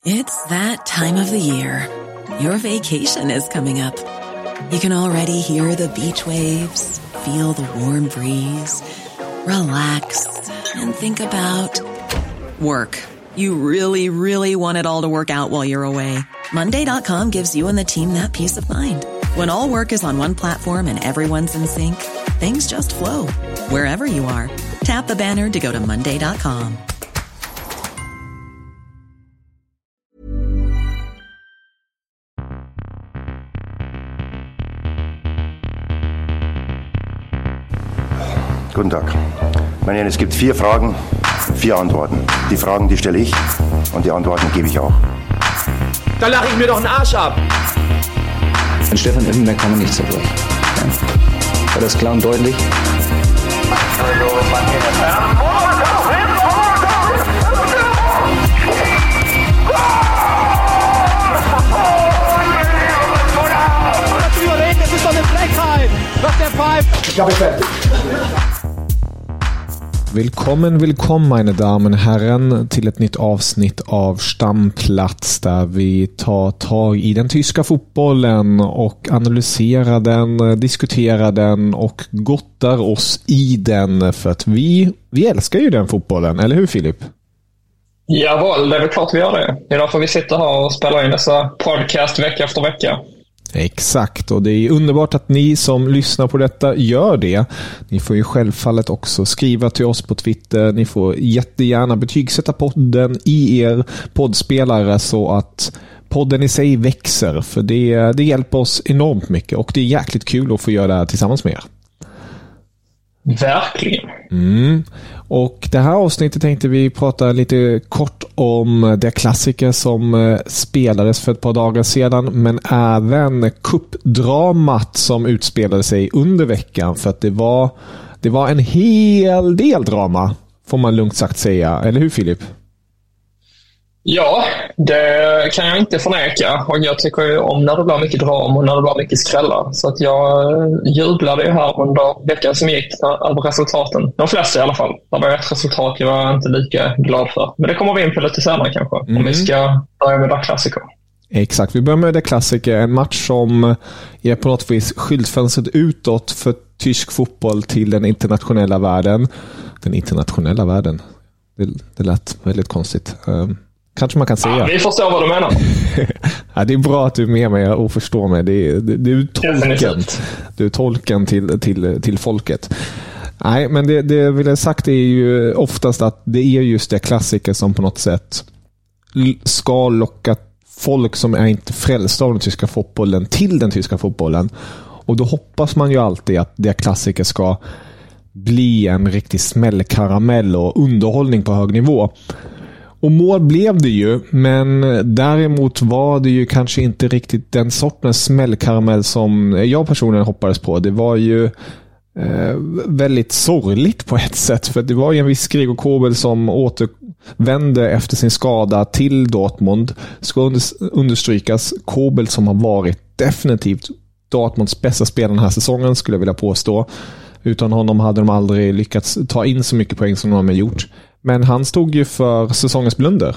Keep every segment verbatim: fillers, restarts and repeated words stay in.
It's that time of the year. Your vacation is coming up. You can already hear the beach waves, feel the warm breeze, relax, and think about work. You really, really want it all to work out while you're away. Monday dot com gives you and the team that peace of mind. When all work is on one platform and everyone's in sync, things just flow. Wherever you are, tap the banner to go to Monday dot com. Guten Tag. Meine Herren, es gibt vier Fragen, vier Antworten. Die Fragen, die stelle ich und die Antworten gebe ich auch. Da lache ich mir doch einen Arsch ab. Mit Stefan Effenberg kann man nicht zerbrechen. Ja. War das klar und deutlich? Das ist doch eine Frechheit, was der pfeift. Ich glaube, ich fertig. Välkommen, välkommen meine damen och herren till ett nytt avsnitt av Stamplats där vi tar tag i den tyska fotbollen och analyserar den, diskuterar den och gottar oss i den för att vi, vi älskar ju den fotbollen, eller hur Filip? Ja, det är väl klart vi gör det. Det är därför vi sitter här och spelar in dessa podcast vecka efter vecka. Exakt, och det är underbart att ni som lyssnar på detta gör det. Ni får ju självfallet också skriva till oss på Twitter. Ni får jättegärna betygsätta podden i er poddspelare så att podden i sig växer. För det, det hjälper oss enormt mycket och det är jäkligt kul att få göra det här tillsammans med er. Verkligen. Mm. Och det här avsnittet tänkte vi prata lite kort om det klassiker som spelades för ett par dagar sedan, men även cupdramat som utspelade sig under veckan, för att det var, det var en hel del drama, får man lugnt sagt säga. Eller hur Filip? Ja, det kan jag inte förneka. Och jag tycker ju om när det blir mycket drama och när det blir mycket skrällar. Så att jag jublade ju här under veckan som gick över resultaten. De flesta i alla fall. Det var ett resultat jag var inte lika glad för. Men det kommer vi in på lite senare kanske. Mm. Om vi ska börja med det klassiker. Exakt, vi börjar med det klassiker. En match som är på något vis skyltfönstret utåt för tysk fotboll till den internationella världen. Den internationella världen. Det, det lät väldigt konstigt. Um, Kanske man kan säga. Ja, vi förstår vad du menar. Ja, det är bra att du är med mig och förstår mig. Det är, det, det är tolken. Du är tolken till, till, till folket. Nej, men det, det vill jag sagt är ju oftast att det är just det klassiker som på något sätt ska locka folk som är inte frälsta av den tyska fotbollen till den tyska fotbollen. Och då hoppas man ju alltid att det klassiker ska bli en riktig smällkaramell och underhållning på hög nivå. Och mål blev det ju, men däremot var det ju kanske inte riktigt den sortens smällkaramell som jag personligen hoppades på. Det var ju eh, väldigt sorgligt på ett sätt, för det var ju en viss Gregor Kobel som återvände efter sin skada till Dortmund. Ska understrykas, Kobel som har varit definitivt Dortmunds bästa spelare den här säsongen, skulle jag vilja påstå. Utan honom hade de aldrig lyckats ta in så mycket poäng som de har gjort. Men han stod ju för säsongens blunder.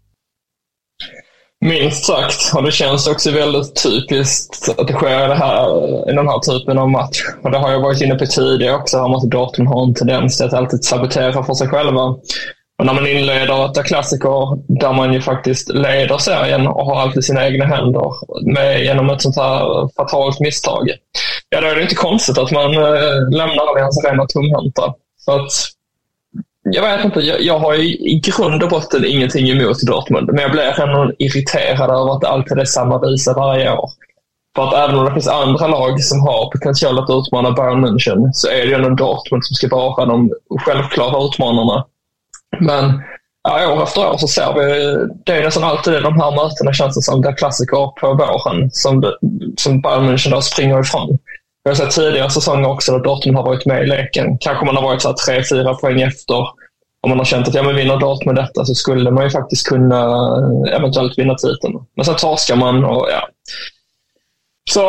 Minst sagt. Och det känns också väldigt typiskt att det sker det här, i den här typen av match. Och det har jag varit inne på tidigare också, om att Dortmund har en tendens att alltid sabotera för sig själva. Och när man inleder ett klassiker där man ju faktiskt leder serien och har alltid sina egna händer med, genom ett sånt här fatalt misstag. Ja, då är det inte konstigt att man äh, lämnar Allianz Arena tomhänta. Så att jag vet inte, jag, jag har i grund och botten ingenting emot Dortmund, men jag blir ändå irriterad över att det alltid är samma visa varje år. För att även om det finns andra lag som har potential att utmana Bayern München, så är det ju ändå Dortmund som ska vara de självklara utmanarna. Men ja, år efter år så ser vi, det är nästan alltid de här mötena, känns det som, det klassiker på våren som, som Bayern München då springer ifrån. Jag har sett tidigare säsonger också där Dortmund har varit med i leken. Kanske man har varit så här tre fyra poäng efter. Om man har känt att ja, men vinner Dortmund detta så skulle man ju faktiskt kunna eventuellt vinna titeln. Men sen torskar man och ja. Så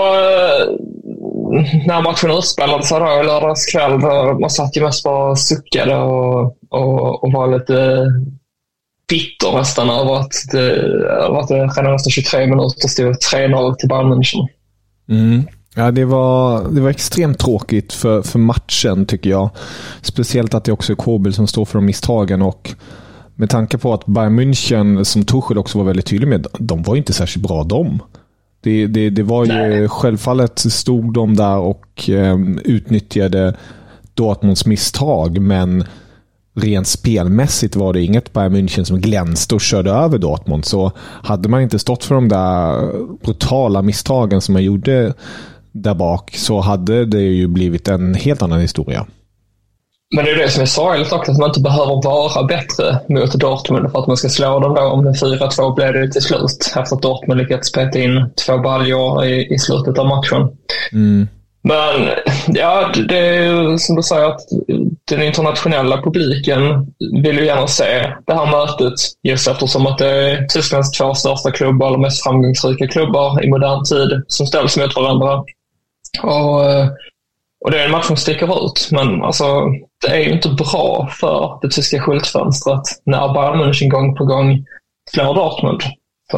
när matchen utspelade sig då i lördagskväll, man satt ju mest bara suckade och, och, och var lite bitter nästan över att det, att det redan efter tjugotre minuter stod tre noll till Bayern München. Mm. Ja, det var, det var extremt tråkigt för, för matchen tycker jag. Speciellt att det också är Kobel som står för de misstagen, och med tanke på att Bayern München, som Tuchel också var väldigt tydlig med, de var inte särskilt bra de. Det, det, det var ju Nej. Självfallet stod de där och eh, utnyttjade Dortmunds misstag, men rent spelmässigt var det inget Bayern München som glänste och körde över Dortmund. Så hade man inte stått för de där brutala misstagen som man gjorde där bak, så hade det ju blivit en helt annan historia. Men det är det som är sorgligt också, att man inte behöver vara bättre mot Dortmund för att man ska slå dem då. Om fyra två blev det till slut efter att Dortmund lyckats peta in två baljor i, i slutet av matchen. Mm. Men ja, det är ju som du säger att den internationella publiken vill ju gärna se det här mötet, just eftersom att det är Tysklands två största klubbar eller mest framgångsrika klubbar i modern tid som ställs mot varandra. Och, och det är en match som sticker ut, men alltså, det är ju inte bra för det tyska skyltfönstret när Bayern München gång på gång slår Dortmund. Så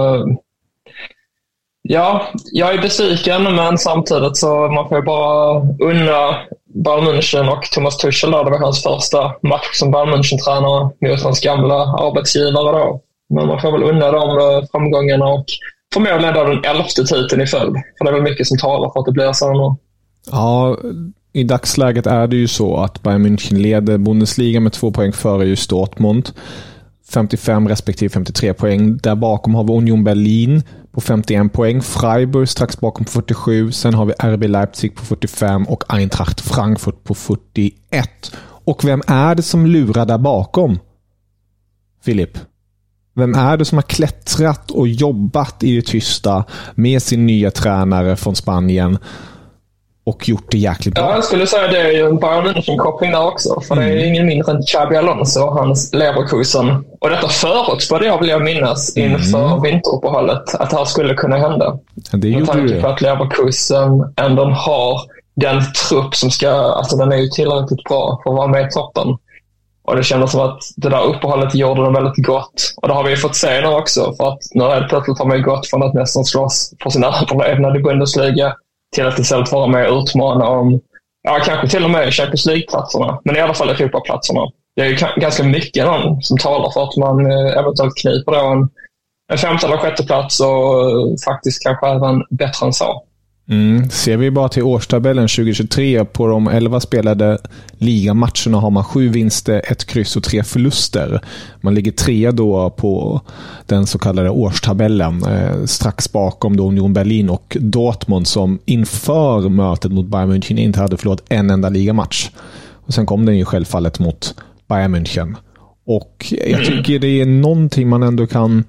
ja, jag är besviken, men samtidigt så man får ju bara unna Bayern München och Thomas Tuchel där. Det var hans första match som Bayern München-tränare mot hans gamla arbetsgivare då. Men man får väl unna de framgångarna och förmodligen då den elfte titeln i följd. För det är väl mycket som talar för att det blir så nu. Ja, i dagsläget är det ju så att Bayern München leder Bundesliga med två poäng före just Dortmund. femtiofem respektive femtiotre poäng. Där bakom har vi Union Berlin på femtioen poäng. Freiburg strax bakom på fyrtiosju. Sen har vi R B Leipzig på fyrtiofem och Eintracht Frankfurt på fyrtioett. Och vem är det som lurar där bakom? Filip? Vem är det som har klättrat och jobbat i det tysta med sin nya tränare från Spanien och gjort det jäkligt bra? Ja, jag skulle säga det är ju en Bayern München-koppling där också. För mm. det är ingen mindre än Xabi Alonso och hans Leverkusen. Och detta förutspådde jag, vill jag minnas, inför mm. vinteruppehållet att det här skulle kunna hända. Ja, det med tanke på att Leverkusen ändå har den trupp som ska, alltså den är ju tillräckligt bra för att vara med i toppen. Och det kändes som att det där uppehållet gjorde dem väldigt gott. Och det har vi fått se nu också. För att nu är det plötsligt har man ju gått från att nästan slåss för sin överlevnad i Bundesliga till att istället vara med och utmana om, ja, kanske till och med Champions League-platserna. Men i alla fall Europaplatserna. Det är ju k- ganska mycket någon som talar för att man eh, eventuellt kniper då en, en femte eller sjätte plats och eh, faktiskt kanske även bättre än så. Mm. Ser vi bara till årstabellen tjugo tjugotre, på de elva spelade ligamatcherna har man sju vinster, ett kryss och tre förluster. Man ligger tre då på den så kallade årstabellen, eh, strax bakom då Union Berlin och Dortmund som inför mötet mot Bayern München inte hade förlorat en enda ligamatch. Och sen kom den ju självfallet mot Bayern München. Och jag tycker det är någonting man ändå kan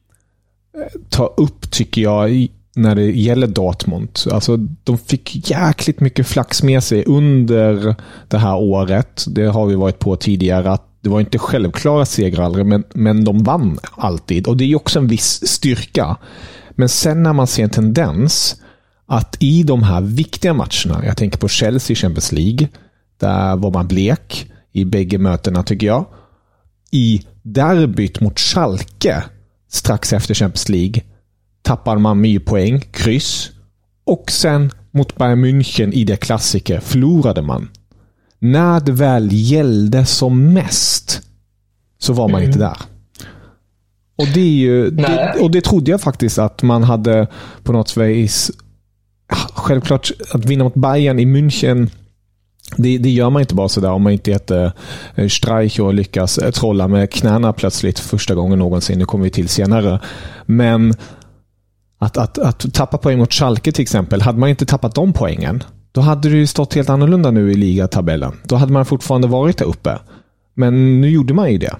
ta upp, tycker jag, när det gäller Dortmund. Alltså, de fick jäkligt mycket flax med sig under det här året. Det har vi varit på tidigare, att det var inte självklara segrar, men, men de vann alltid. Och det är ju också en viss styrka. Men sen när man ser en tendens att i de här viktiga matcherna, jag tänker på Chelsea Champions League, där var man blek i bägge mötena tycker jag. I derbyt mot Schalke strax efter Champions League tappar man mycket poäng, kryss. Och sen mot Bayern München i det klassiker förlorade man. När det väl gällde som mest så var man mm. inte där. Och det, är ju, det, och det trodde jag faktiskt att man hade på något vis. Självklart att vinna mot Bayern i München, det, det gör man inte bara sådär om man inte heter Streich och lyckas trolla med knäna plötsligt första gången någonsin. Det kommer vi till senare. Men Att, att, att tappa poäng mot Schalke till exempel, hade man inte tappat de poängen, då hade det ju stått helt annorlunda nu i ligatabellen. Då hade man fortfarande varit där uppe. Men nu gjorde man ju det.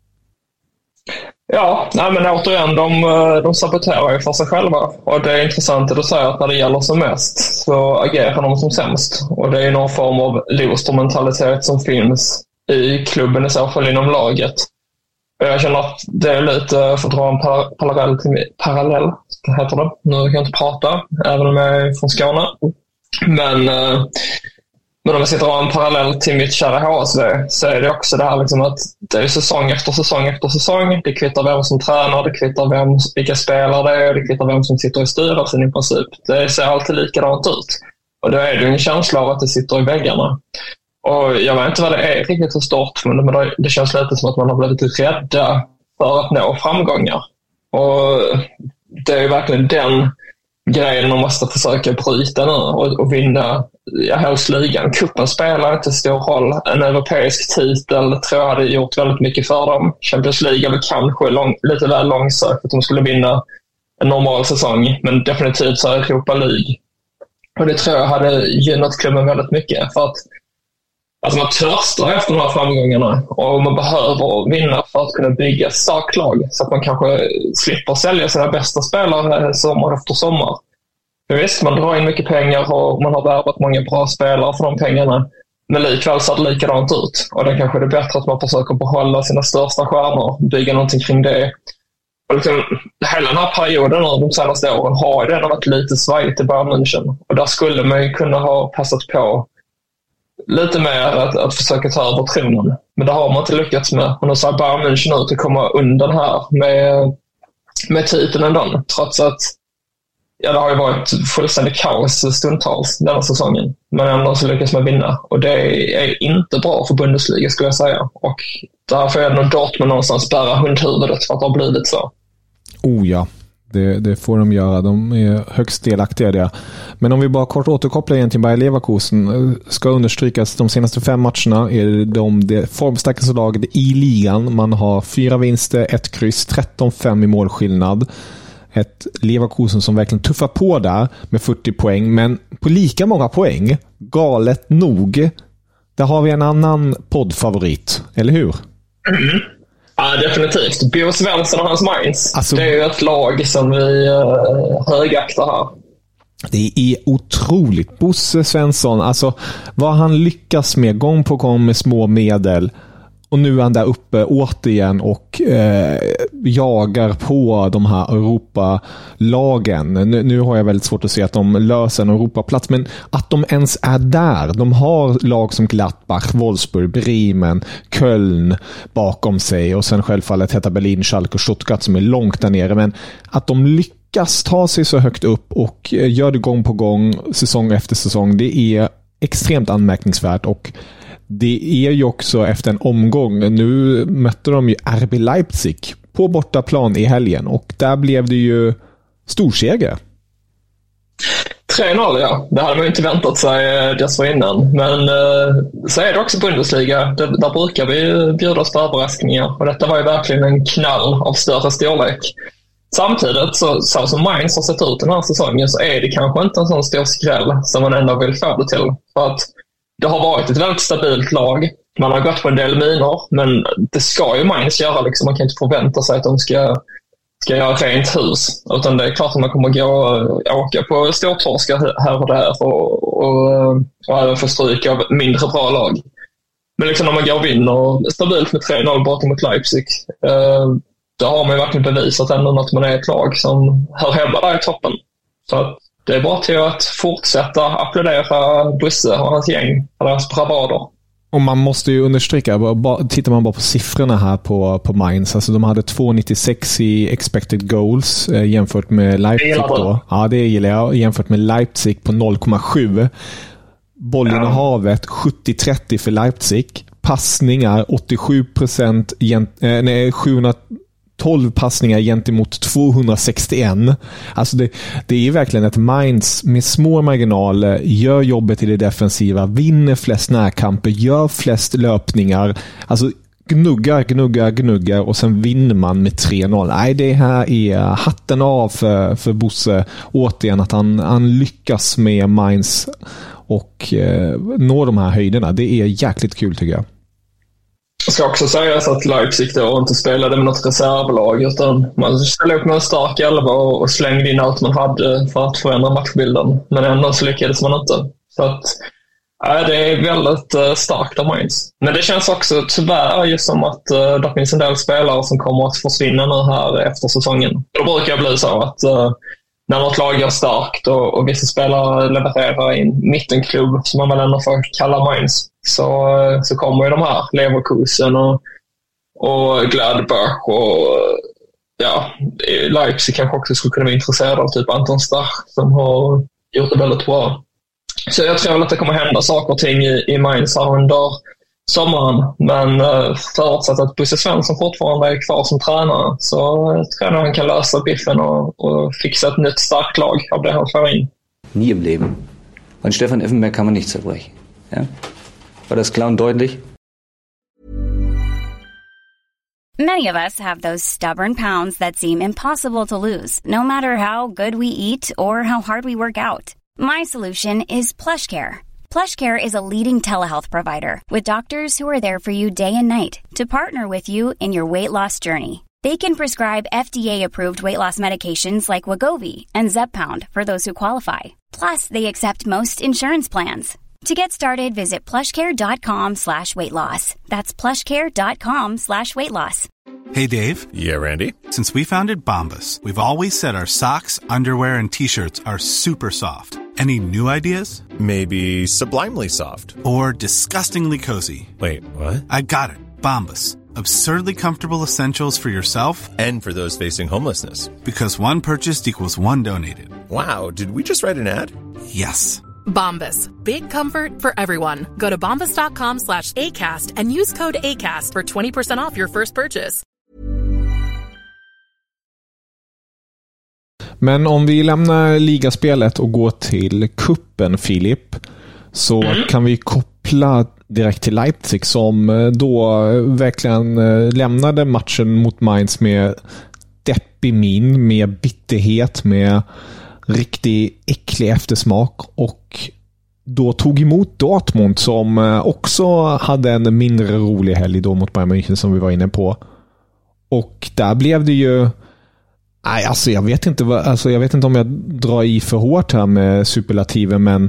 Ja, nej men återigen, de, de saboterar ju för sig själva. Och det är intressant att du säger att när det gäller som mest så agerar de som sämst. Och det är någon form av Loster-mentalitet som finns i klubben, i så fall inom laget. Jag känner att det är lite, för att dra en par- parallell, till, parallell heter det. Nu kan jag inte prata, även om jag är från Skåne. Men eh, Men om jag sitter en parallell till mitt kära H S V så är det också det här liksom att det är säsong efter säsong efter säsong. Det kvittar vem som tränar, det kvittar vem, vilka spelare det är, det kvittar vem som sitter i styrelsen i princip. Det ser alltid likadant ut. Och då är det en känsla av att det sitter i väggarna. Och jag vet inte vad det är riktigt för Dortmund, men det känns lite som att man har blivit rädda för att nå framgångar. Och det är ju verkligen den grejen man måste försöka bryta nu och, och vinna ja, helst ligan. Cupen spelar inte stor roll. En europeisk titel tror jag hade gjort väldigt mycket för dem. Champions League är väl kanske lång, lite väl långsökt att de skulle vinna en normal säsong, men definitivt så är Europa League. Och det tror jag hade gynnat klubben väldigt mycket för att alltså man törstar efter de här framgångarna och man behöver vinna för att kunna bygga ett starkt lag så att man kanske slipper sälja sina bästa spelare sommar efter sommar. För visst, man drar in mycket pengar och man har värvat många bra spelare för de pengarna, men likväl ser det likadant ut. Och det kanske är det bättre att man försöker behålla sina största stjärnor, bygga någonting kring det. Och liksom, hela den här perioden de senaste åren har redan varit lite svajigt i Bayern München. Och där skulle man ju kunna ha passat på lite mer att, att försöka ta över tronen. Men det har man inte lyckats med. Och nu ser Bayern München ut att komma undan här med, med titeln ändå. Trots att ja, det har ju varit fullständigt kaos stundtals denna säsongen. Men ändå så lyckas man vinna. Och det är inte bra för Bundesliga skulle jag säga. Och därför är det nog Dortmund någonstans bära hundhuvudet för att det har blivit så. Oh ja. Det, det får de göra. De är högst delaktiga i det. Men om vi bara kort återkopplar igen till Bayer Leverkusen ska understrykas de senaste fem matcherna är de det formstarkaste laget i ligan. Man har fyra vinster, ett kryss, tretton fem i målskillnad. Ett Leverkusen som verkligen tuffar på där med fyrtio poäng, men på lika många poäng, galet nog, där har vi en annan poddfavorit, eller hur? Mm. Ja, definitivt. Bo Svensson och hans Mainz. Alltså, det är ju ett lag som vi uh, högaktar här. Det är otroligt. Bosse Svensson, alltså vad han lyckas med gång på gång med små medel. Och nu är han där uppe återigen och eh, jagar på de här Europalagen. Nu, nu har jag väldigt svårt att se att de löser en Europaplats, men att de ens är där. De har lag som Gladbach, Wolfsburg, Bremen, Köln bakom sig och sen självfallet Hertha Berlin, Schalke och Stuttgart som är långt där nere. Men att de lyckas ta sig så högt upp och gör det gång på gång, säsong efter säsong, det är extremt anmärkningsvärt. Och det är ju också efter en omgång. Nu mötte de ju R B Leipzig på bortaplan i helgen och där blev det ju storseger. tre noll, ja. Det hade man ju inte väntat sig dessförinnan. Men så är det också Bundesliga. Där brukar vi bjudas på överraskningar. Och detta var ju verkligen en knall av större storlek. Samtidigt, så, så som Mainz har sett ut den här säsongen, så är det kanske inte en sån stor skräll som man ändå vill få det till. För att det har varit ett väldigt stabilt lag. Man har gått på en del minor, men det ska ju Mainz göra. Liksom. Man kan inte förvänta sig att de ska, ska göra rent hus. Utan det är klart att man kommer gå och åka på stortorskar här och där och, och, och även få stryk av mindre bra lag. Men liksom när man går och vinner stabilt med tre noll borta mot Leipzig, eh, då har man ju verkligen bevisat ändå att man är ett lag som hör hemma där i toppen. Så att det är bara till att fortsätta applådera Busse och hans gäng och deras bravader. Och man måste ju understryka, tittar man bara på siffrorna här på, på Mainz, alltså de hade två komma nittiosex i expected goals eh, jämfört med Leipzig då. Ja, det gillar jag. Jämfört med Leipzig på noll komma sju. Bollinnehavet sjuttio trettio för Leipzig. Passningar åttiosju procent, gen, eh, nej, sjuhundratolv passningar gentemot tvåhundrasextioen. Alltså det, det är verkligen ett Mainz med små marginaler, gör jobbet i det defensiva, vinner flest närkamper, gör flest löpningar. Alltså gnuggar, gnuggar, gnuggar och sen vinner man med tre noll. Nej, det här är hatten av för, för Bosse. Återigen att han, han lyckas med Mainz och eh, nå de här höjderna. Det är jäkligt kul tycker jag. Jag ska också säga att Leipzig då inte spelade med något reservlag utan man ställde upp med en stark elva och slängde in allt man hade för att förändra matchbilden. Men ändå så lyckades man inte. Så att ja, det är väldigt starkt av Mainz. Men det känns också tyvärr just som att uh, det finns en del spelare som kommer att försvinna nu här efter säsongen. Det brukar bli så att uh, när något lag är starkt och, och vissa spelare levererar i en mittenklubb som man väl ändå får kalla Mainz, så, så kommer ju de här Leverkusen och, och Gladbach och ja, Leipzig kanske också skulle kunna vara intresserad av typ Anton Stach som har gjort det väldigt bra. Så jag tror att det kommer hända saker och ting i, i Mainz här under sommaren, men uh, förutsatt att Bosse Svensson fortfarande är kvar som tränare, så uh, tror jag att han kan lösa biffen och, och fixa ett nytt starkt lag av det han får in. Nie im Leben. An Stefan Effenberg kann man nicht zerbrechen. Ja? War das klar und deutlich? Many of us have those stubborn pounds that seem impossible to lose, no matter how good we eat or how hard we work out. My solution is PlushCare. PlushCare is a leading telehealth provider with doctors who are there for you day and night to partner with you in your weight loss journey. They can prescribe F D A-approved weight loss medications like Wegovy and Zepbound for those who qualify. Plus, they accept most insurance plans. To get started, visit plushcare.com slash weight loss. That's plushcare.com slash weight loss. Hey, Dave. Yeah, Randy. Since we founded Bombas, we've always said our socks, underwear, and T-shirts are super soft. Any new ideas? Maybe sublimely soft. Or disgustingly cozy. Wait, what? I got it. Bombas. Absurdly comfortable essentials for yourself and for those facing homelessness. Because one purchased equals one donated. Wow, did we just write an ad? Yes. Bombas. Big comfort for everyone. Go to bombas.com slash ACAST and use code ACAST for twenty percent off your first purchase. Men om vi lämnar ligaspelet och går till kuppen, Filip, så mm. kan vi koppla direkt till Leipzig som då verkligen lämnade matchen mot Mainz med deppig min, med bitterhet, med riktigt äcklig eftersmak, och då tog emot Dortmund som också hade en mindre rolig helg då mot Bayern München som vi var inne på. Och där blev det ju nej, alltså jag vet inte vad, alltså jag vet inte om jag drar i för hårt här med superlativen, men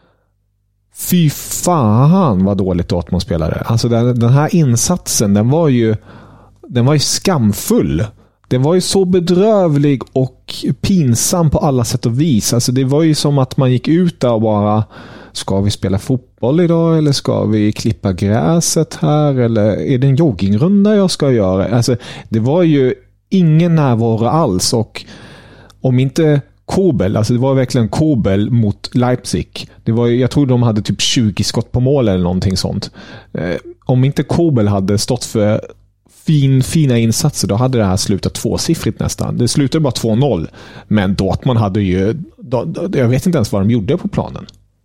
fy fan vad dåligt Dortmund spelade. Alltså den, den här insatsen, den var ju den var ju skamfull. Den var ju så bedrövlig och pinsam på alla sätt och vis. Alltså det var ju som att man gick ut där och bara, ska vi spela fotboll idag eller ska vi klippa gräset här eller är det en joggingrunda jag ska göra? Alltså det var ju ingen närvaro alls, och om inte Kobel, alltså det var verkligen Kobel mot Leipzig. Det var, jag tror de hade typ tjugo skott på mål eller någonting sånt. Eh, om inte Kobel hade stått för fin, fina insatser, då hade det här slutat tvåsiffrigt nästan. Det slutade bara två noll. Men Dortmund hade ju, då, då, jag vet inte ens vad de gjorde på planen.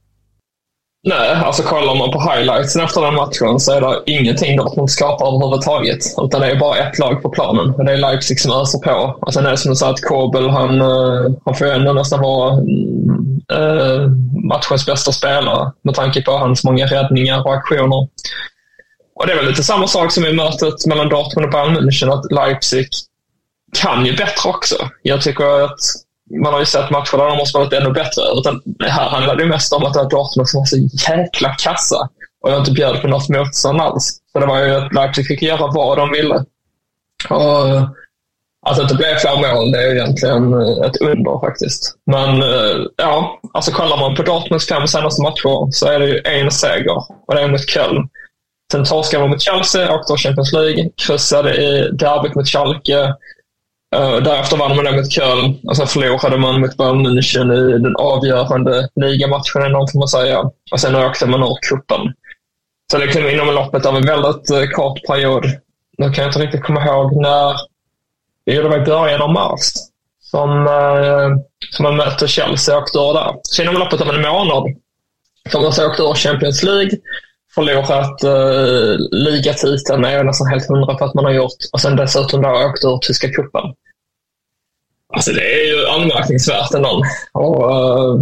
Nej, alltså kollar man på highlights efter den matchen så är det ingenting Dortmund skapar överhuvudtaget. Utan det är bara ett lag på planen. Och det är Leipzig som öser på. Och sen är det som du sa att Kobel, han, han får ju ändå nästan vara äh, matchens bästa spelare med tanke på hans många räddningar och aktioner. Och det är väl lite samma sak som i mötet mellan Dortmund och Bayern München, att Leipzig kan ju bättre också. Jag tycker att man har ju sett matcher där de måste varit ännu bättre. Utan det här handlar ju mest om att det är Dortmund som var så jäkla kassa och jag inte bjöd på något motstånd alls. Så det var ju att Leipzig fick göra vad de ville. Och att det inte blev fler mål, det är ju egentligen ett under faktiskt. Men ja, alltså kollar man på Dortmunds fem senaste matcher så är det ju en seger och det är mot Köln. Sen torskade man mot Chelsea, åkte Champions League, kryssade i derbyt mot Schalke. Uh, därefter vann man mot Köln och sen förlorade man mot Bayern München i den avgörande ligamatchen, någon får man säga. Och sen åkte man ur kuppen. Så det kom inom loppet av en väldigt uh, kort period. Nu kan jag inte riktigt komma ihåg när det gjorde i början av mars som, uh, som man mötte Chelsea och åkte ur där. Så inom loppet av en månad som man så åkte ur Champions League, förlorat uh, ligatiteln är jag nästan helt hundra på att man har gjort, och sen dessutom då åkt ur tyska kuppen. Alltså det är ju anmärkningsvärt ändå. Och uh,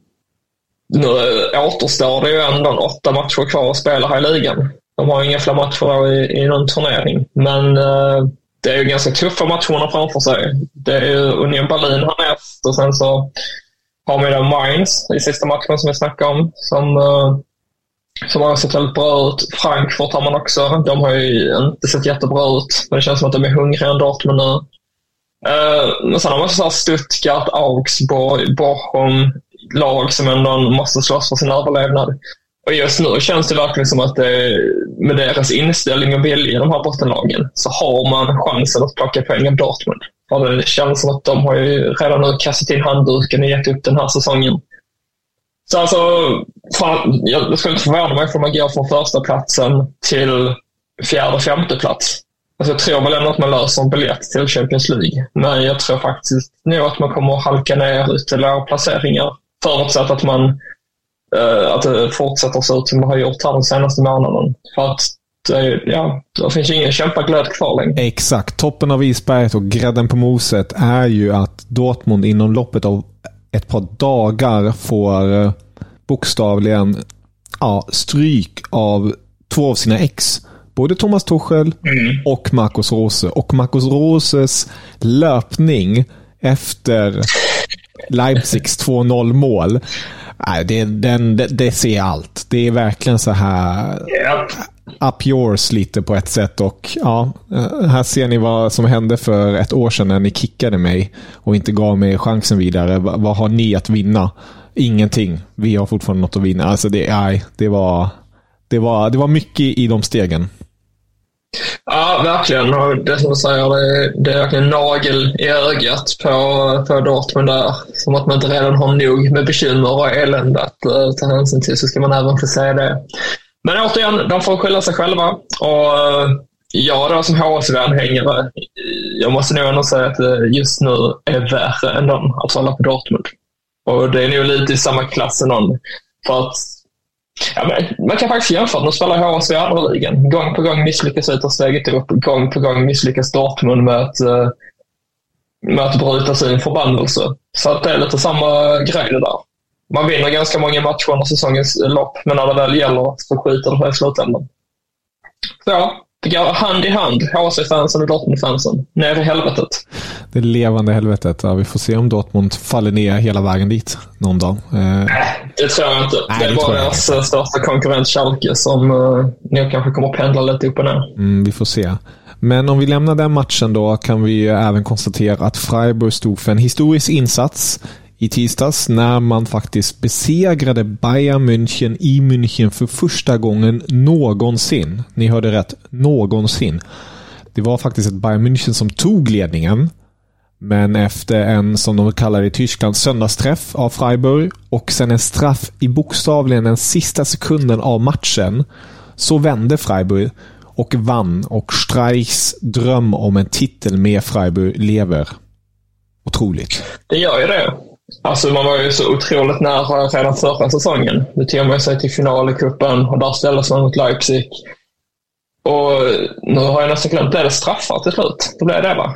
nu återstår det ju ändå åtta matcher kvar att spela här i ligan. De har inga fler matcher i, i någon turnering, men uh, det är ju ganska tuffa matcherna framför sig. Det är ju Union Berlin härnäst, och sen så har vi då Mainz i sista matchen som vi snackade om, som uh, som har sett väldigt bra ut. Frankfurt har man också. De har ju inte sett jättebra ut, men det känns som att de är hungriga än Dortmund nu. Uh, men sen har man så här Stuttgart, Augsburg, Bochum, lag som ändå måste slåss för sin överlevnad. Och just nu känns det verkligen som att det, med deras inställning och vilja i de här bottenlagen så har man chansen att plocka poäng av Dortmund. För det känns som att de har ju redan nu kastat in handduken och gett upp den här säsongen. Så alltså, fan, jag skulle inte förvåna mig för man går från första platsen till fjärde och femte plats. Alltså jag tror väl ändå att man löser en biljett till Champions League. Men jag tror faktiskt nu att man kommer att halka ner ytterligare placeringar. Förutsatt att man uh, att det fortsätter så ut som det har gjort här den senaste månaden. För att det, ja, det finns ju ingen kämpaglöd kvar längre. Exakt. Toppen av isberget och grädden på moset är ju att Dortmund inom loppet av ett par dagar får uh, bokstavligen ja, stryk av två av sina ex. Både Thomas Tuchel mm. och Marcus Rose. Och Marcus Roses löpning efter Leipzigs två noll mål. Nej, det, den, det, det ser allt. Det är verkligen så här yep. up yours lite på ett sätt. Och ja, här ser ni vad som hände för ett år sedan när ni kickade mig och inte gav mig chansen vidare. Vad, vad har ni att vinna? Ingenting. Vi har fortfarande något att vinna. Alltså det, nej, det var det var, det var mycket i de stegen. Ja, verkligen. Och det som du säger, det, det är verkligen nagel i ögat på, på Dortmund där. Som att man inte redan har nog med bekymmer och elände att uh, ta hänsyn till, så ska man även få säga det. Men återigen, de får skylla sig själva. Och uh, jag då som H S V-anhängare, jag måste nog ändå säga att det just nu är värre än dem att hålla på Dortmund. Och det är nog lite i samma klass än någon. För att ja, men man kan faktiskt jämföra med att spela i H S V i andra ligan. Gång på gång misslyckas ut och steget upp. Gång på gång misslyckas Dortmund med att, med att bryta sin förbannelse. Så att det är lite samma grej det där. Man vinner ganska många matcher under säsongens lopp, men när det väl gäller så skiter det på i slutändan. Så ja, det går hand i hand. H S V-fansen och Dortmund-fansen. Ner i helvetet. Det levande helvetet. Ja, vi får se om Dortmund faller ner hela vägen dit någon dag. Eh... Nej, det tror jag inte. Nej, det är bara deras största konkurrent Schalke som uh, nu kanske kommer att pendla lite upp och ner. Mm, vi får se. Men om vi lämnar den matchen då kan vi även konstatera att Freiburg stod för en historisk insats i tisdags när man faktiskt besegrade Bayern München i München för första gången någonsin. Ni hörde rätt, någonsin. Det var faktiskt ett Bayern München som tog ledningen, men efter en, som de kallar det i Tyskland, söndagsträff av Freiburg och sen en straff i bokstavligen den sista sekunden av matchen, så vände Freiburg och vann, och Streichs dröm om en titel med Freiburg lever. Otroligt. Det gör ju det. Alltså man var ju så otroligt nära redan förra säsongen. Nu tog man sig till final i kuppen och där ställdes man mot Leipzig. Och nu har jag nästan glömt, blev det straffar till slut? Det blev det, va?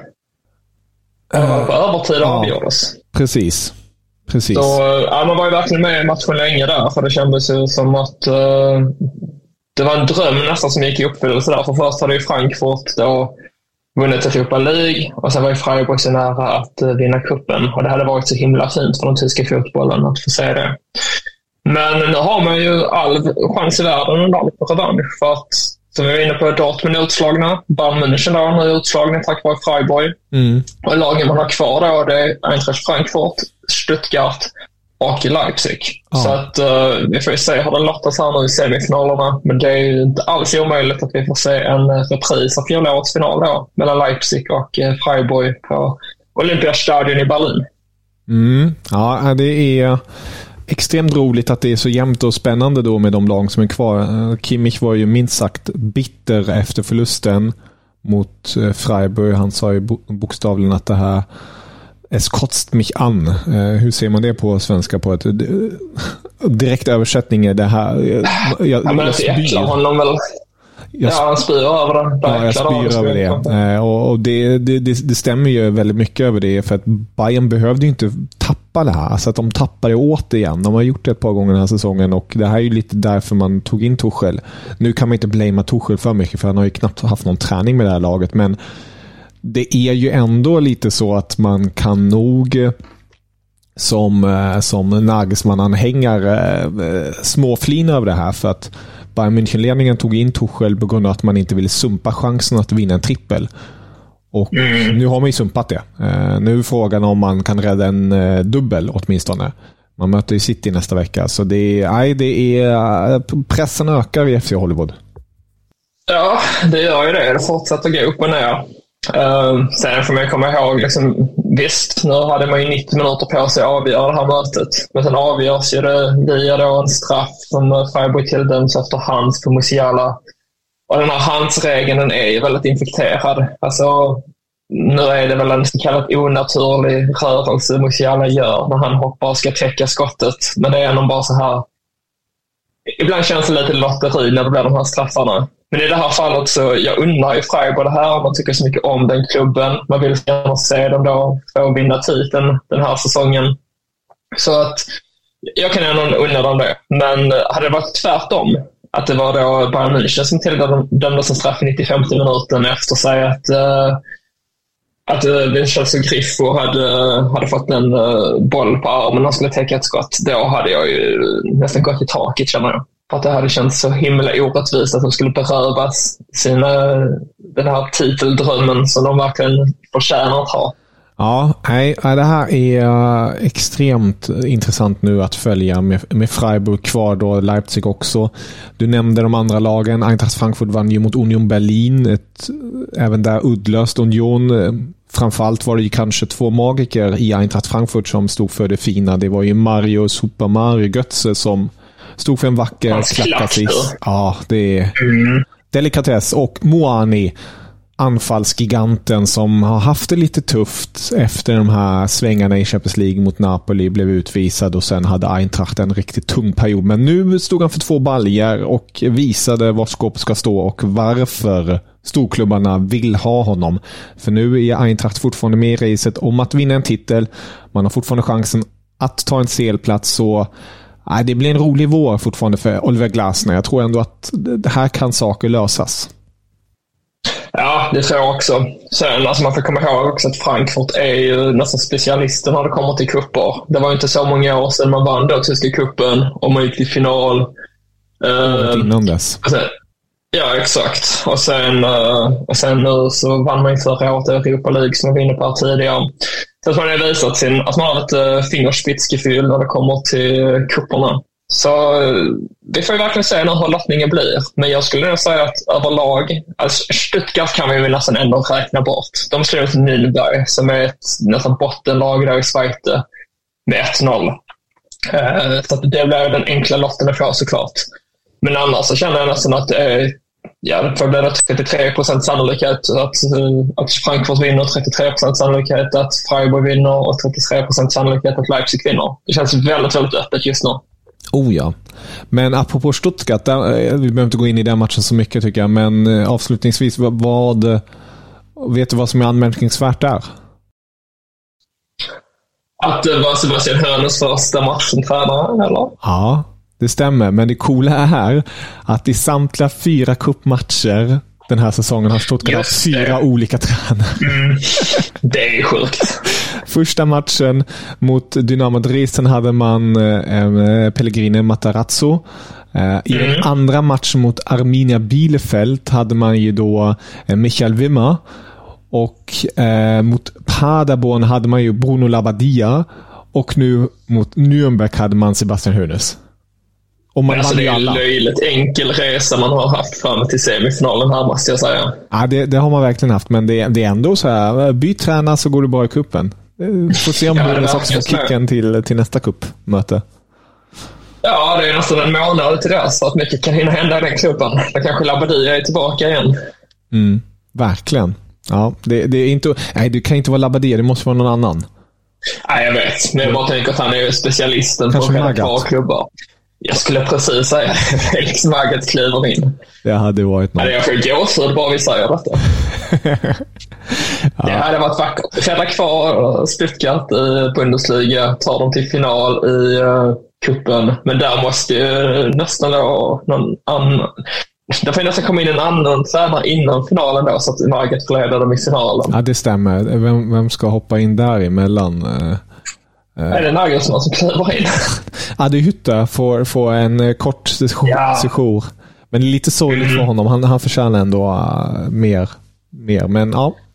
Uh, på övertid ja, avgjordes. Precis. Precis. Så ja, man var ju verkligen med i matchen länge där, för det kändes ju som att uh, det var en dröm nästan som gick i uppfyllelse där. För först hade ju Frankfurt då vunnit Europa League och sen var ju Freiburg så nära att uh, vinna kuppen, och det hade varit så himla fint för den tyska fotbollen att få se det. Men nu har man ju all chans i världen att lite på revansch, för att som vi var inne på, Dortmund är utslagna, Bayern München då är utslagna tack vare Freiburg. Mm. Och lagen man har kvar då, det är Eintracht Frankfurt, Stuttgart och Leipzig. Ja. Så att uh, vi får ju se hur det lottas här nu i semifinalerna, men det är ju inte alls omöjligt att vi får se en repris av fjolårets final då mellan Leipzig och uh, Freiburg på Olympiastadion i Berlin. Mm. Ja, det är extremt roligt att det är så jämnt och spännande då med de lag som är kvar. Kimmich var ju minst sagt bitter efter förlusten mot Freiburg. Han sa ju bokstavligen att det här es kotzt mich an. Hur ser man det på svenska på ett direkt översättning är det här jag, jag, ja, men jag spyr honom väl. Jag, ja, han spyr över det. Ja, jag spyr över det. Och, och det, det, det, det stämmer ju väldigt mycket över det, för att Bayern behövde ju inte tappa det här. Alltså att de tappade åt igen. De har gjort det ett par gånger den här säsongen, och det här är ju lite därför man tog in Tuchel. Nu kan man inte blamea Tuchel för mycket, för han har ju knappt haft någon träning med det här laget, men det är ju ändå lite så att man kan nog som, som Nagelsmann-anhängare småflina över det här, för att Bayern München-ledningen tog in Tuchel på grund av att man inte ville sumpa chansen att vinna en trippel. Och mm. nu har man ju sumpat det. Uh, nu är frågan om man kan rädda en uh, dubbel åtminstone. Man möter ju City nästa vecka. Så det är, nej, det är pressen ökar i F C Hollywood. Ja, det gör ju det. Det fortsätter gå upp och ner. Uh, sen får man komma ihåg, liksom, visst, nu hade man ju nittio minuter på sig att avgöra det här mötet. Men sen avgörs ju det via då en straff som Freiburg tilldöms efter hands på Musiala. Och den här handsregeln, den är ju väldigt infekterad. Alltså, nu är det väl en så kallad onaturlig rörelse Musiala gör när han hoppar och ska täcka skottet. Men det är ändå bara så här. Ibland känns det lite lotteri när det blir de här straffarna. Men i det här fallet så jag undrar ju Freiburg det här. Man tycker så mycket om den klubben. Man vill gärna se dem då få vinna titeln den här säsongen. Så att jag kan ändå undra dem det. Men hade det varit tvärtom, att det var då Bayern München som tilldömdes en straff i nittiofemte minuten efter sig att uh, att uh, Vincenzo Griffo hade, hade fått en uh, boll på armen och skulle täcka ett skott. Då hade jag ju nästan gått i taket, känner jag. För att det hade känts så himla orättvist att de skulle berövas sina, den här titeldrömmen som de verkligen förtjänar att ha. Ja, nej, det här är extremt intressant nu att följa med, med Freiburg kvar då, Leipzig också. Du nämnde de andra lagen. Eintracht Frankfurt vann ju mot Union Berlin. Ett, även där uddlöst Union. Framförallt var det ju kanske två magiker i Eintracht Frankfurt som stod för det fina. Det var ju Mario Super Mario Götze som stod för en vacker klackassist. Ja, det är mm. delikatess. Och Moani, anfallsgiganten som har haft det lite tufft efter de här svängarna i Champions League mot Napoli, blev utvisad och sen hade Eintracht en riktigt tung period. Men nu stod han för två baljer och visade var skåpet ska stå och varför storklubbarna vill ha honom. För nu är Eintracht fortfarande med i racet om att vinna en titel. Man har fortfarande chansen att ta en C L-plats, så nej, det blir en rolig vår fortfarande för Oliver Glasner. Jag tror ändå att det här kan saker lösas. Ja, det tror jag också. Sen, alltså man får komma ihåg också att Frankfurt är ju nästan specialisten när det kommer till kupper. Det var inte så många år sedan man vann då tyska kuppen och man gick till final. Uh, innan dess. Alltså, ja, exakt. Och sen, uh, och sen nu så vann man ju förra året Europa League som jag var inne på här tidigare. Så att man har visat sin, att man har ett uh, fingerspitzgefühl när det kommer till kupperna. Så vi får ju verkligen se hur lottningen blir. Men jag skulle nog säga att överlag, alltså Stuttgart kan vi ju nästan ändå räkna bort. De slår ut Nürnberg som är ett nästan bottenlag där i Schweiz med ett noll. Uh, så att det blir den enkla lotten att få såklart. Men annars så känner jag nästan att uh, ja, det får bli trettiotre procent sannolikhet att, uh, att Frankfurt vinner, trettiotre procent sannolikhet att Freiburg vinner och trettiotre procent sannolikhet att Leipzig vinner. Det känns väldigt, väldigt öppet just nu. Oh ja. Men apropå Stuttgart, där, vi behöver inte gå in i den matchen så mycket tycker jag, men avslutningsvis, vad, vet du vad som är anmärkningsvärt där? Att det var Sebastian Hoeneß första match som tränare, eller? Ja, det stämmer. Men det coola är att i samtliga fyra cupmatcher den här säsongen har Stuttgart haft fyra olika tränare. Mm. Det är sjukt. Första matchen mot Dynamo Dresden hade man eh, Pellegrini Matarazzo. Eh, I mm. den andra matchen mot Arminia Bielefeld hade man ju då eh, Michael Wimmer. Och eh, mot Paderborn hade man ju Bruno Labbadia. Och nu mot Nürnberg hade man Sebastian Hoeneß. Och man alltså det är en löjligt enkel resa man har haft fram till semifinalen här, måste jag säga. Ja, det, det har man verkligen haft. Men det, det är ändå så här, byt träna så går det bra i kuppen. Får se om ja, Hoeneß också får kicken till, till nästa kuppmöte. Ja, det är nästan en månad till det, så att mycket kan hinna hända i den klubben. Det kanske Labbadia är tillbaka igen. Mm, verkligen. Ja, det, det är inte, nej, det kan inte vara Labbadia, det måste vara någon annan. Nej, jag vet. Men jag bara tänker att han är specialisten kanske på att rädda kvar klubbar. Jag skulle precis säga Felix Magath kliver in. Det hade varit något. Men jag får gåshud bara vi säger detta. Ja. Det hade varit vackert. Rädda kvar Stuttgart i Bundesliga, tar dem till final i uh, kuppen. Men där måste ju nästan då någon annan... Det får nästan komma in en annan tränare innan finalen då, så att Magath får leda dem i finalen. Ja, det stämmer. Vem, vem ska hoppa in där emellan? Uh... Är det Nagelsmann som kliver in? Ja, det är Hytta får, får en kort session. Ja. Men det är lite sorgligt mm. för honom. Han, han förtjänar ändå uh, mer, mer. Men ja,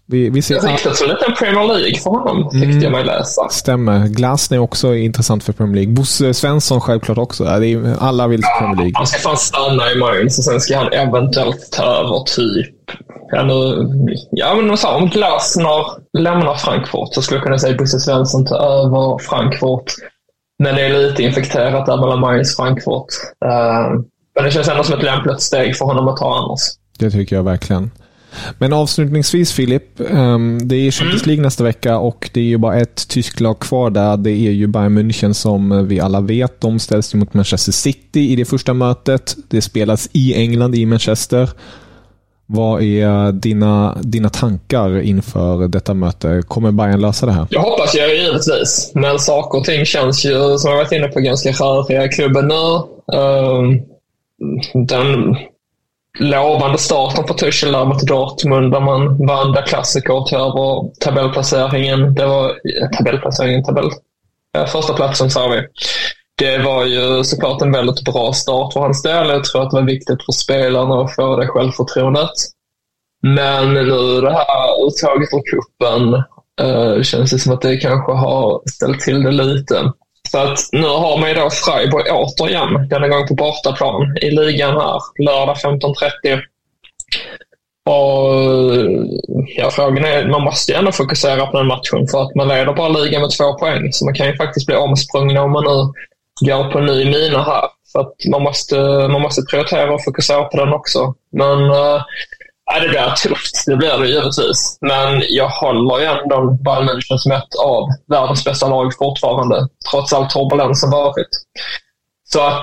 Vi, vi ser det riktigt så lite en Premier League för honom, tyckte mm, jag mig läsa. Stämmer. Glasner är också intressant för Premier League. Bosse Svensson självklart också. Det är, alla vill till ja, Premier League. Han ska fan stanna i Mainz och sen ska han eventuellt ta över typ. Ja, nu, ja men så, om Glasner lämnar Frankfurt så skulle jag kunna säga Bosse Svensson ta över Frankfurt. Men det är lite infekterat där mellan Mainz och Frankfurt. Uh, men det känns ändå som ett lämpligt steg för honom att ta annars. Det tycker jag verkligen. Men avslutningsvis Filip, um, det är Champions League mm. nästa vecka och det är ju bara ett tyskt lag kvar där. Det är ju Bayern München som vi alla vet. De ställs mot Manchester City i det första mötet. Det spelas i England, i Manchester. Vad är dina, dina tankar inför detta möte? Kommer Bayern lösa det här? Jag hoppas jag givetvis. Men saker och ting känns ju, som jag varit inne på, ganska röriga i klubben nu. Um, den lovande starten på Tuchel där mot Dortmund där man vann där klassiker till över tabellplaceringen. Det var tabellplaceringen, tabell. Första platsen sa vi. Det var ju såklart en väldigt bra start för hans del. Jag tror att det var viktigt för spelarna att få det självförtroendet. Men nu det här uttaget från kuppen uh, känns det som att det kanske har ställt till det lite. Så att nu har man ju då Freiburg återigen, denna gång på bortaplan i ligan här, lördag femton trettio. Och ja, frågan är, man måste ju ändå fokusera på den matchen för att man leder bara ligan med två poäng. Så man kan ju faktiskt bli omsprungen om man nu går på ny mina här. Så att man måste, man måste prioritera och fokusera på den också. Men äh, det blir tufft, det blir det givetvis. Men jag håller ju ändå Bayern München som ett av världens bästa lag fortfarande. Trots all turbulens som varit. Så att,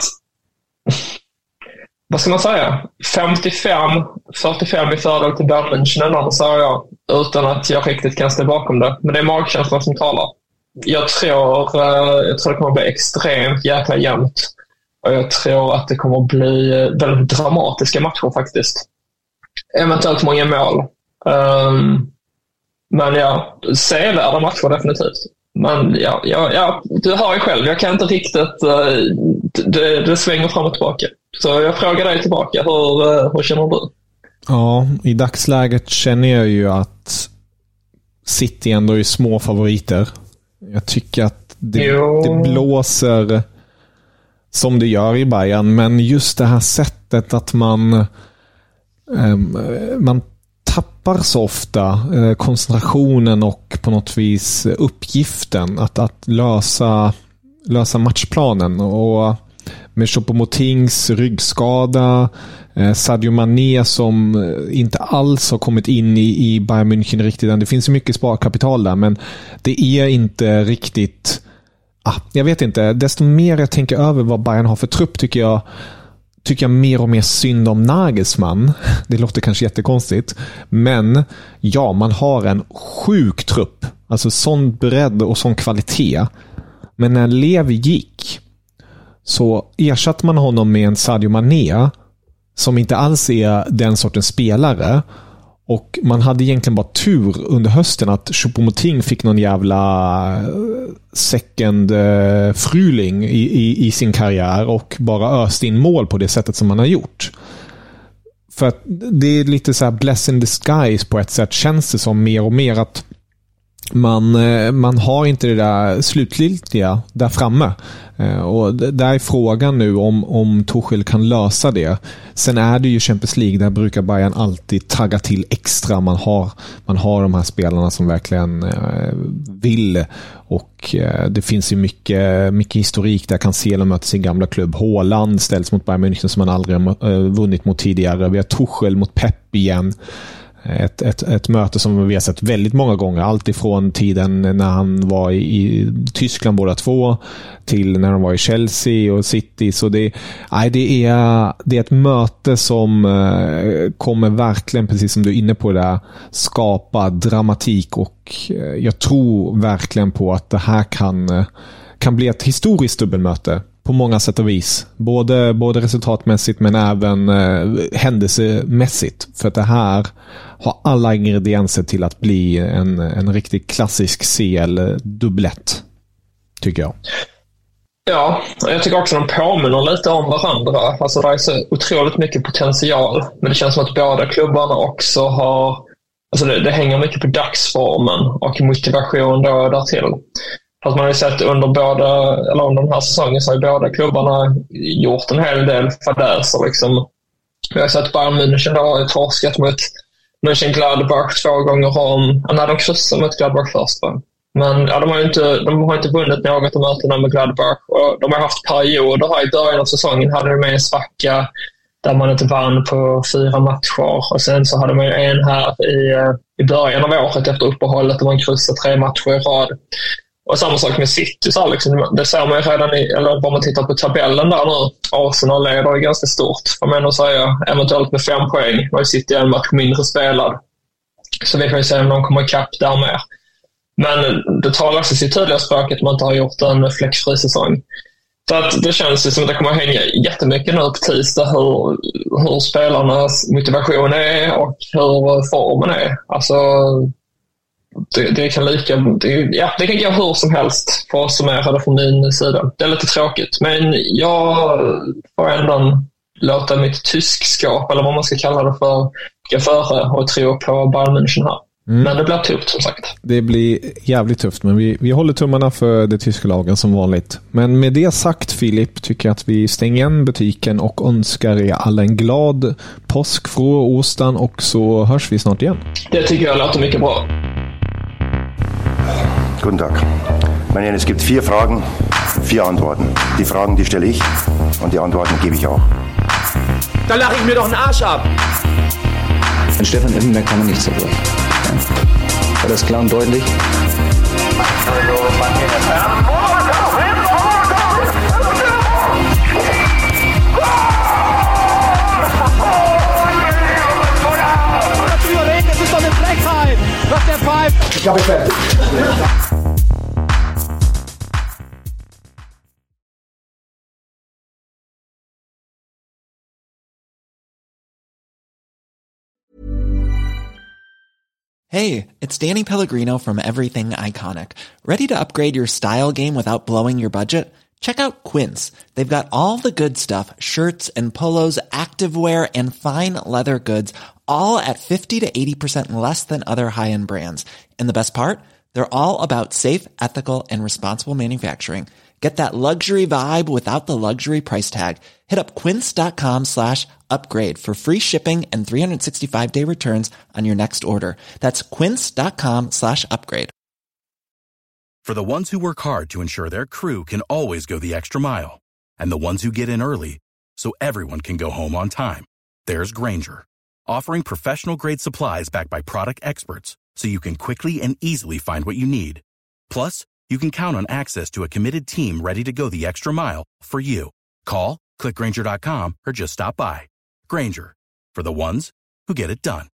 vad ska man säga? femtiofem fyrtiofem i fördel till Bayern München ändå, sa jag. Utan att jag riktigt kan stå bakom det. Men det är magkänslan som talar. Jag tror, jag tror det kommer bli extremt jäkla jämnt. Och jag tror att det kommer bli väldigt dramatiska matcher faktiskt. Eventuellt många mål. Um, men ja, sevärda matcher definitivt. Men ja, ja, ja, du har ju själv. Jag kan inte riktigt... Uh, det, det svänger fram och tillbaka. Så jag frågar dig tillbaka. Hur, uh, hur känner du? Ja, i dagsläget känner jag ju att City ändå är små favoriter. Jag tycker att det, det blåser som det gör i Bayern. Men just det här sättet att man... man tappar så ofta koncentrationen och på något vis uppgiften att, att lösa, lösa matchplanen. Och med Choupo-Motings ryggskada, Sadio Mané som inte alls har kommit in i, i Bayern München riktigt. Det finns ju mycket sparkapital där, men det är inte riktigt... Ah, jag vet inte. Desto mer jag tänker över vad Bayern har för trupp tycker jag tycker jag mer och mer synd om Nagelsmann. Det låter kanske jättekonstigt. Men ja, man har en sjuk trupp. Alltså sån bredd och sån kvalitet. Men när Levi gick så ersatte man honom med en Sadio Mané som inte alls är den sortens spelare. Och man hade egentligen bara tur under hösten att Choupo-Moting fick någon jävla second uh, fryling i, i, i sin karriär och bara öste in mål på det sättet som man har gjort. För att det är lite så här bless in disguise på ett sätt, känns det som mer och mer att man, man har inte det där slutgiltiga där framme. Och där är frågan nu om, om Tuchel kan lösa det. Sen är det ju Champions League, där brukar Bayern alltid tagga till extra. Man har, man har de här spelarna som verkligen vill. Och det finns ju mycket, mycket historik där. Cancelo möter sin gamla klubb. Haaland ställs mot Bayern München som man aldrig har vunnit mot tidigare. Vi har Tuchel mot Pep igen. Ett, ett, ett möte som vi har sett väldigt många gånger. Allt ifrån tiden när han var i, i Tyskland båda två till när han var i Chelsea och City. Så det, nej, det, är, det är ett möte som eh, kommer verkligen, precis som du är inne på där, skapa dramatik. Och eh, jag tror verkligen på att det här kan, eh, kan bli ett historiskt dubbelmöte på många sätt och vis. Både, både resultatmässigt men även eh, händelsemässigt. För att det här har alla ingredienser till att bli en, en riktigt klassisk C L-dubblett, tycker jag. Ja, jag tycker också att de påminner lite om varandra. Alltså det är så otroligt mycket potential. Men det känns som att båda klubbarna också har alltså det, det hänger mycket på dagsformen och motivation då därtill. Fast man har ju sett under båda, eller under den här säsongen så har ju båda klubbarna gjort en hel del fadäser liksom. Vi har sett Bayern München då har torskat mot Mönchengladbach två gånger om. Nej, de kryssade mot Gladbach först va? Men ja, de har ju inte, de har inte vunnit något av mötena med Gladbach. Och de har haft perioder här i början av säsongen. Hade de med en svacka där man inte vann på fyra matcher. Och sen så hade man ju en här i, i början av året efter uppehållet där man kryssade tre matcher i rad. Och samma sak med City. Så liksom, det ser man ju redan i, eller om man tittar på tabellen där nu. Arsenal leder ganska stort. Får man ändå säga. Eventuellt med fem poäng. Och City är en match mindre spelad. Så vi kan ju se om de kommer ikapp där med. Men det talar också sitt tydliga språk att man inte har gjort en fläckfri säsong. Så att det känns ju som att det kommer att hänga jättemycket nu på tisdag hur, hur spelarnas motivation är och hur formen är. Alltså, det, det kan lika, det, ja, det kan gå hur som helst för oss som är här från min sida. Det är lite tråkigt, men jag får ändå låta mitt tyskskap, eller vad man ska kalla det för, gå före och tro på Bayern München här. Mm. Men det blir tufft som sagt. Det blir jävligt tufft, men vi, vi håller tummarna för det tyska lagen som vanligt. Men med det sagt, Filip, tycker jag att vi stänger igen butiken och önskar er alla en glad påsk, fru Ostern, och så hörs vi snart igen. Det tycker jag låter mycket bra. Guten Tag. Meine, es gibt vier Fragen, vier Antworten. Die Fragen, die stelle ich und die Antworten gebe ich auch. Da lache ich mir doch einen Arsch ab. An Stefan Effenberg kann man nicht zerbrechen. Ja. War das klar und deutlich? Das ist doch eine Frechheit, was der pfeift. Ich habe fertig. Hey, it's Danny Pellegrino from Everything Iconic. Ready to upgrade your style game without blowing your budget? Check out Quince. They've got all the good stuff, shirts and polos, activewear, and fine leather goods, all at fifty to eighty percent less than other high-end brands. And the best part? They're all about safe, ethical, and responsible manufacturing. Get that luxury vibe without the luxury price tag. Hit up quince.com slash upgrade for free shipping and three sixty-five day returns on your next order. That's quince.com slash upgrade. For the ones who work hard to ensure their crew can always go the extra mile, and the ones who get in early so everyone can go home on time, there's Grainger, offering professional-grade supplies backed by product experts so you can quickly and easily find what you need. Plus, you can count on access to a committed team ready to go the extra mile for you. Call, click Grainger dot com, or just stop by. Grainger, for the ones who get it done.